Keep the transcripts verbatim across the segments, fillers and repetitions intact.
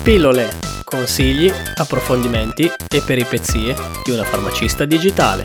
Pillole, consigli, approfondimenti e peripezie di una farmacista digitale.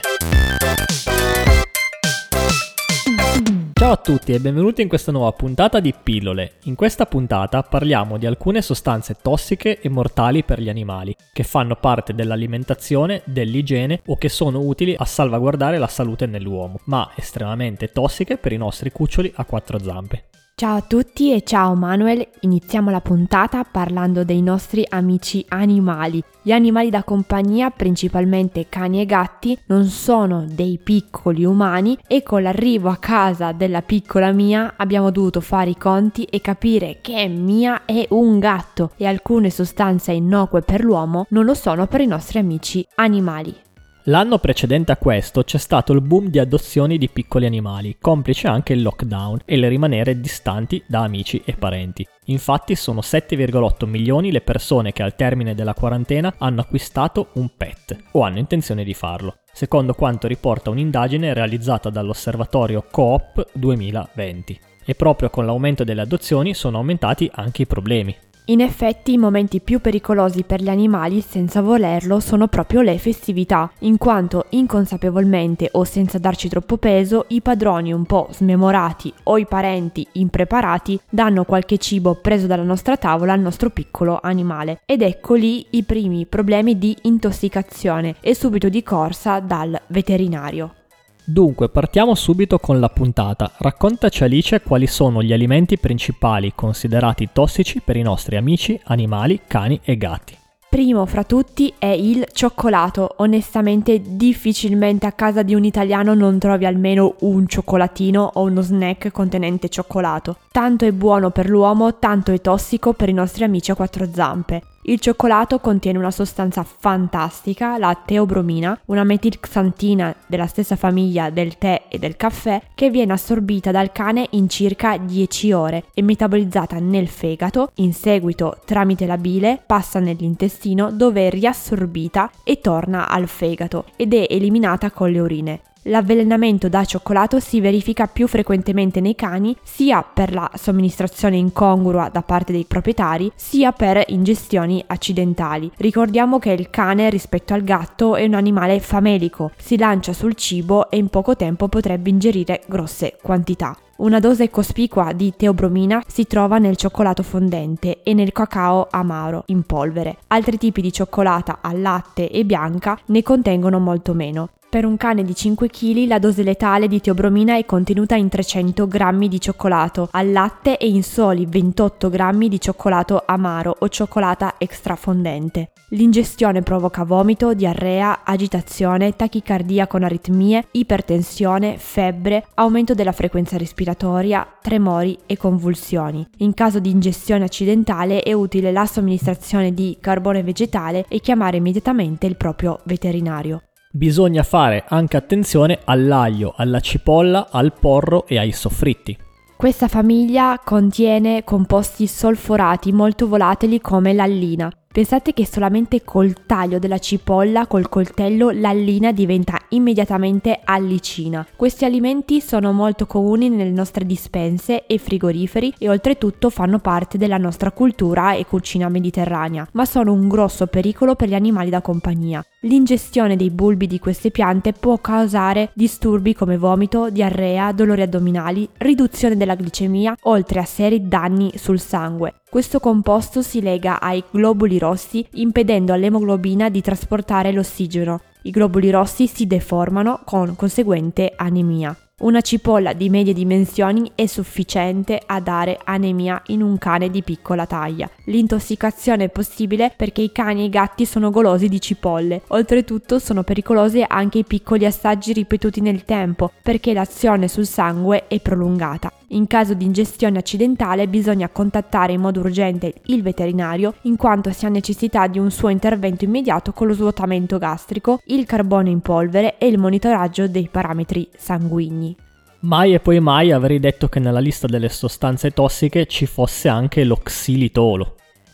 Ciao a tutti e benvenuti in questa nuova puntata di Pillole. In questa puntata parliamo di alcune sostanze tossiche e mortali per gli animali, che fanno parte dell'alimentazione, dell'igiene o che sono utili a salvaguardare la salute nell'uomo, ma estremamente tossiche per i nostri cuccioli a quattro zampe. Ciao a tutti e ciao Manuel, iniziamo la puntata parlando dei nostri amici animali. Gli animali da compagnia, principalmente cani e gatti, non sono dei piccoli umani e con l'arrivo a casa della piccola Mia abbiamo dovuto fare i conti e capire che Mia è un gatto e alcune sostanze innocue per l'uomo non lo sono per i nostri amici animali. L'anno precedente a questo c'è stato il boom di adozioni di piccoli animali, complice anche il lockdown e il rimanere distanti da amici e parenti. Infatti sono sette virgola otto milioni le persone che al termine della quarantena hanno acquistato un pet o hanno intenzione di farlo, secondo quanto riporta un'indagine realizzata dall'osservatorio Coop duemilaventi. E proprio con l'aumento delle adozioni sono aumentati anche i problemi. In effetti i momenti più pericolosi per gli animali senza volerlo sono proprio le festività, in quanto inconsapevolmente o senza darci troppo peso i padroni un po' smemorati o i parenti impreparati danno qualche cibo preso dalla nostra tavola al nostro piccolo animale ed ecco lì i primi problemi di intossicazione e subito di corsa dal veterinario. Dunque, partiamo subito con la puntata. Raccontaci Alice quali sono gli alimenti principali considerati tossici per i nostri amici, animali, cani e gatti. Primo fra tutti è il cioccolato. Onestamente difficilmente a casa di un italiano non trovi almeno un cioccolatino o uno snack contenente cioccolato. Tanto è buono per l'uomo, tanto è tossico per i nostri amici a quattro zampe. Il cioccolato contiene una sostanza fantastica, la teobromina, una metilxantina della stessa famiglia del tè e del caffè, che viene assorbita dal cane in circa dieci ore e metabolizzata nel fegato, in seguito tramite la bile passa nell'intestino dove è riassorbita e torna al fegato ed è eliminata con le urine. L'avvelenamento da cioccolato si verifica più frequentemente nei cani sia per la somministrazione incongrua da parte dei proprietari sia per ingestioni accidentali. Ricordiamo che il cane rispetto al gatto è un animale famelico, si lancia sul cibo e in poco tempo potrebbe ingerire grosse quantità. Una dose cospicua di teobromina si trova nel cioccolato fondente e nel cacao amaro in polvere. Altri tipi di cioccolata al latte e bianca ne contengono molto meno. Per un cane di cinque chili la dose letale di teobromina è contenuta in trecento grammi di cioccolato al latte e in soli ventotto grammi di cioccolato amaro o cioccolata extrafondente. L'ingestione provoca vomito, diarrea, agitazione, tachicardia con aritmie, ipertensione, febbre, aumento della frequenza respiratoria, tremori e convulsioni. In caso di ingestione accidentale è utile la somministrazione di carbone vegetale e chiamare immediatamente il proprio veterinario. Bisogna fare anche attenzione all'aglio, alla cipolla, al porro e ai soffritti. Questa famiglia contiene composti solforati molto volatili come l'allina. Pensate che solamente col taglio della cipolla col coltello l'allina diventa immediatamente allicina. Questi alimenti sono molto comuni nelle nostre dispense e frigoriferi e oltretutto fanno parte della nostra cultura e cucina mediterranea, ma sono un grosso pericolo per gli animali da compagnia. L'ingestione dei bulbi di queste piante può causare disturbi come vomito, diarrea, dolori addominali, riduzione della glicemia, oltre a seri danni sul sangue. Questo composto si lega ai globuli rossi impedendo all'emoglobina di trasportare l'ossigeno. I globuli rossi si deformano con conseguente anemia. Una cipolla di medie dimensioni è sufficiente a dare anemia in un cane di piccola taglia. L'intossicazione è possibile perché i cani e i gatti sono golosi di cipolle. Oltretutto sono pericolosi anche i piccoli assaggi ripetuti nel tempo perché l'azione sul sangue è prolungata. In caso di ingestione accidentale bisogna contattare in modo urgente il veterinario in quanto si ha necessità di un suo intervento immediato con lo svuotamento gastrico, il carbone in polvere e il monitoraggio dei parametri sanguigni. Mai e poi mai avrei detto che nella lista delle sostanze tossiche ci fosse anche lo xilitolo.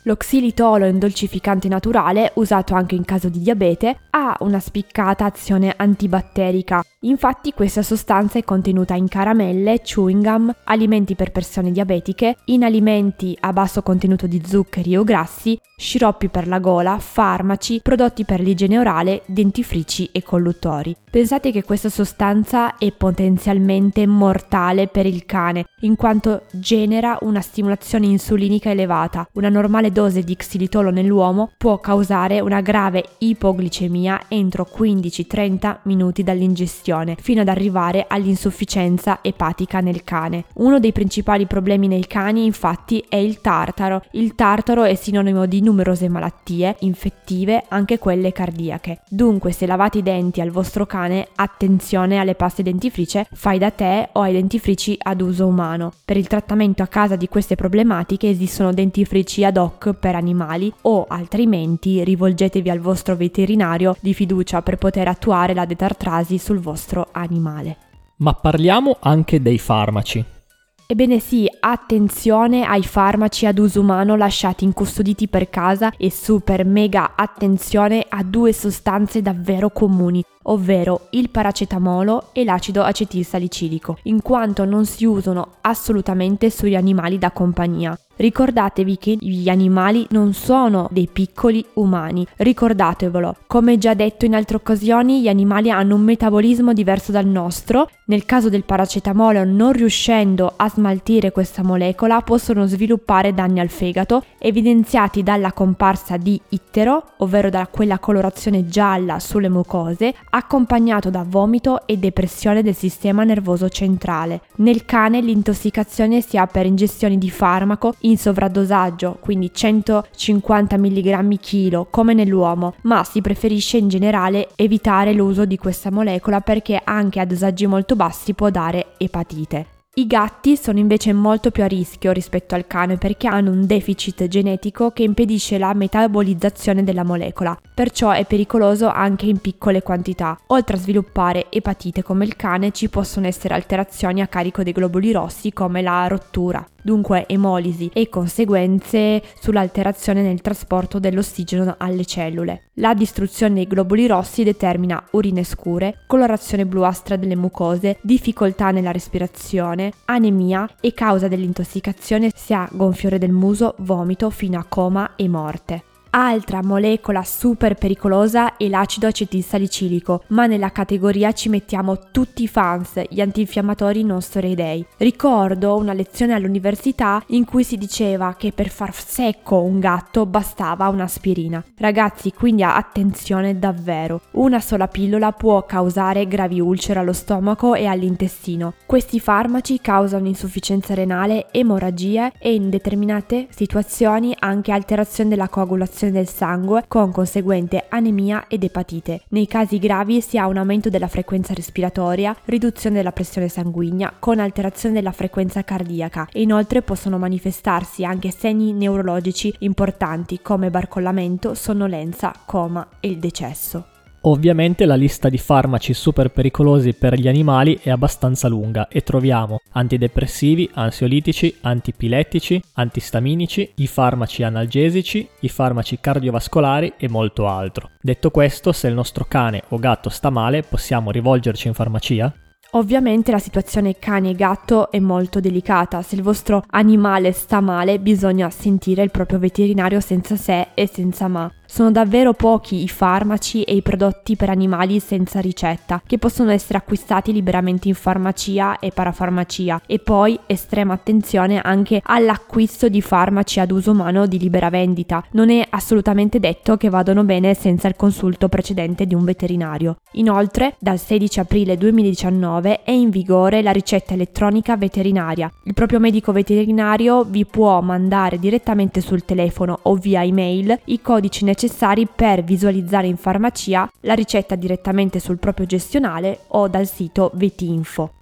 Lo xilitolo è un dolcificante naturale usato anche in caso di diabete, ha una spiccata azione antibatterica. Infatti questa sostanza è contenuta in caramelle, chewing gum, alimenti per persone diabetiche, in alimenti a basso contenuto di zuccheri o grassi, sciroppi per la gola, farmaci, prodotti per l'igiene orale, dentifrici e colluttori. Pensate che questa sostanza è potenzialmente mortale per il cane, in quanto genera una stimolazione insulinica elevata. Una normale dose di xilitolo nell'uomo può causare una grave ipoglicemia entro quindici trenta minuti dall'ingestione, fino ad arrivare all'insufficienza epatica nel cane. Uno dei principali problemi nei cani, infatti, è il tartaro. Il tartaro è sinonimo di numerose malattie infettive, anche quelle cardiache. Dunque, se lavate i denti al vostro cane, attenzione alle paste dentifricie fai da te o ai dentifrici ad uso umano. Per il trattamento a casa di queste problematiche esistono dentifrici ad hoc per animali, o altrimenti rivolgetevi al vostro veterinario di fiducia per poter attuare la detartrasi sul vostro animale. Ma parliamo anche dei farmaci. Ebbene sì, attenzione ai farmaci ad uso umano lasciati incustoditi per casa e super mega attenzione a due sostanze davvero comuni, ovvero il paracetamolo e l'acido acetilsalicilico, in quanto non si usano assolutamente sugli animali da compagnia. Ricordatevi che gli animali non sono dei piccoli umani, ricordatevelo. Come già detto in altre occasioni, gli animali hanno un metabolismo diverso dal nostro. Nel caso del paracetamolo, non riuscendo a smaltire questa molecola, possono sviluppare danni al fegato, evidenziati dalla comparsa di ittero, ovvero da quella colorazione gialla sulle mucose, accompagnato da vomito e depressione del sistema nervoso centrale. Nel cane l'intossicazione si ha per ingestioni di farmaco in sovradosaggio, quindi centocinquanta milligrammi chilo, come nell'uomo, ma si preferisce in generale evitare l'uso di questa molecola perché anche a dosaggi molto bassi può dare epatite. I gatti sono invece molto più a rischio rispetto al cane perché hanno un deficit genetico che impedisce la metabolizzazione della molecola, perciò è pericoloso anche in piccole quantità. Oltre a sviluppare epatite come il cane, ci possono essere alterazioni a carico dei globuli rossi come la rottura, dunque emolisi, e conseguenze sull'alterazione nel trasporto dell'ossigeno alle cellule. La distruzione dei globuli rossi determina urine scure, colorazione bluastra delle mucose, difficoltà nella respirazione, anemia e causa dell'intossicazione si ha gonfiore del muso, vomito fino a coma e morte. Altra molecola super pericolosa è l'acido acetilsalicilico, ma nella categoria ci mettiamo tutti i fans, gli antinfiammatori non steroidei. Ricordo una lezione all'università in cui si diceva che per far secco un gatto bastava un'aspirina. Ragazzi, quindi attenzione davvero. Una sola pillola può causare gravi ulcere allo stomaco e all'intestino. Questi farmaci causano insufficienza renale, emorragie e in determinate situazioni anche alterazione della coagulazione del sangue con conseguente anemia ed epatite. Nei casi gravi si ha un aumento della frequenza respiratoria, riduzione della pressione sanguigna con alterazione della frequenza cardiaca e inoltre possono manifestarsi anche segni neurologici importanti come barcollamento, sonnolenza, coma e il decesso. Ovviamente la lista di farmaci super pericolosi per gli animali è abbastanza lunga e troviamo antidepressivi, ansiolitici, antipilettici, antistaminici, i farmaci analgesici, i farmaci cardiovascolari e molto altro. Detto questo, se il nostro cane o gatto sta male, possiamo rivolgerci in farmacia? Ovviamente la situazione cane e gatto è molto delicata. Se il vostro animale sta male, bisogna sentire il proprio veterinario senza se e senza ma. Sono davvero pochi i farmaci e i prodotti per animali senza ricetta che possono essere acquistati liberamente in farmacia e parafarmacia, e poi estrema attenzione anche all'acquisto di farmaci ad uso umano di libera vendita. Non è assolutamente detto che vadano bene senza il consulto precedente di un veterinario. Inoltre, dal sedici aprile duemiladiciannove è in vigore la ricetta elettronica veterinaria. Il proprio medico veterinario vi può mandare direttamente sul telefono o via email i codici necessari necessari per visualizzare in farmacia la ricetta direttamente sul proprio gestionale o dal sito Vetinfo.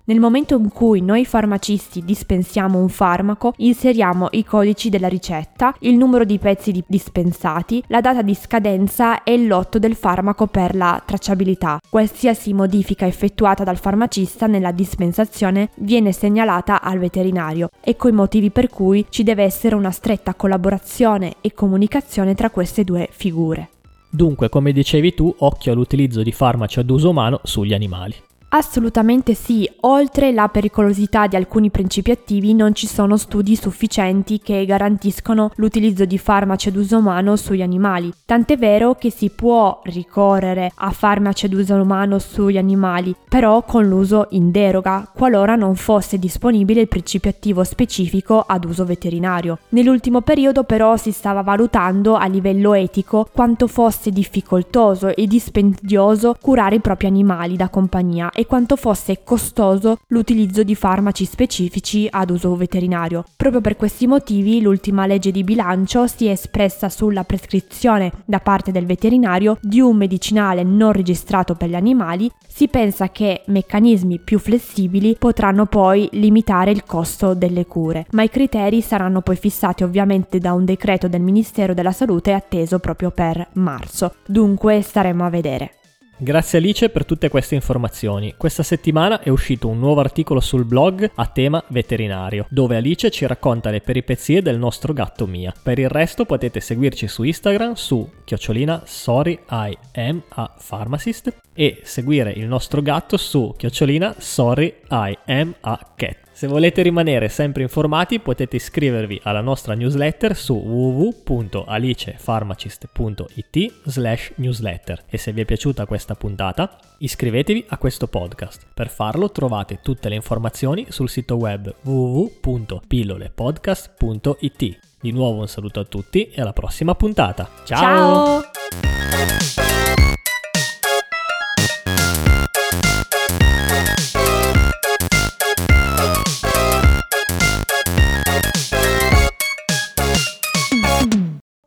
Nel momento in cui noi farmacisti dispensiamo un farmaco, inseriamo i codici della ricetta, il numero di pezzi dispensati, la data di scadenza e il lotto del farmaco per la tracciabilità. Qualsiasi modifica effettuata dal farmacista nella dispensazione viene segnalata al veterinario. Ecco i motivi per cui ci deve essere una stretta collaborazione e comunicazione tra queste due figure. Dunque, come dicevi tu, occhio all'utilizzo di farmaci ad uso umano sugli animali. Assolutamente sì, oltre la pericolosità di alcuni principi attivi non ci sono studi sufficienti che garantiscono l'utilizzo di farmaci ad uso umano sugli animali, tant'è vero che si può ricorrere a farmaci ad uso umano sugli animali, però con l'uso in deroga, qualora non fosse disponibile il principio attivo specifico ad uso veterinario. Nell'ultimo periodo però si stava valutando a livello etico quanto fosse difficoltoso e dispendioso curare i propri animali da compagnia e quanto fosse costoso l'utilizzo di farmaci specifici ad uso veterinario. Proprio per questi motivi l'ultima legge di bilancio si è espressa sulla prescrizione da parte del veterinario di un medicinale non registrato per gli animali. Si pensa che meccanismi più flessibili potranno poi limitare il costo delle cure, ma i criteri saranno poi fissati ovviamente da un decreto del Ministero della Salute atteso proprio per marzo. Dunque staremo a vedere. Grazie Alice per tutte queste informazioni. Questa settimana è uscito un nuovo articolo sul blog a tema veterinario, dove Alice ci racconta le peripezie del nostro gatto Mia. Per il resto potete seguirci su Instagram su chiocciolina sorry I am a pharmacist e seguire il nostro gatto su chiocciolina sorry I am a cat. Se volete rimanere sempre informati potete iscrivervi alla nostra newsletter su w w w punto alicepharmacist punto i t slash newsletter e se vi è piaciuta questa puntata iscrivetevi a questo podcast. Per farlo trovate tutte le informazioni sul sito web w w w punto pillolepodcast punto i t. Di nuovo un saluto a tutti e alla prossima puntata. Ciao! Ciao!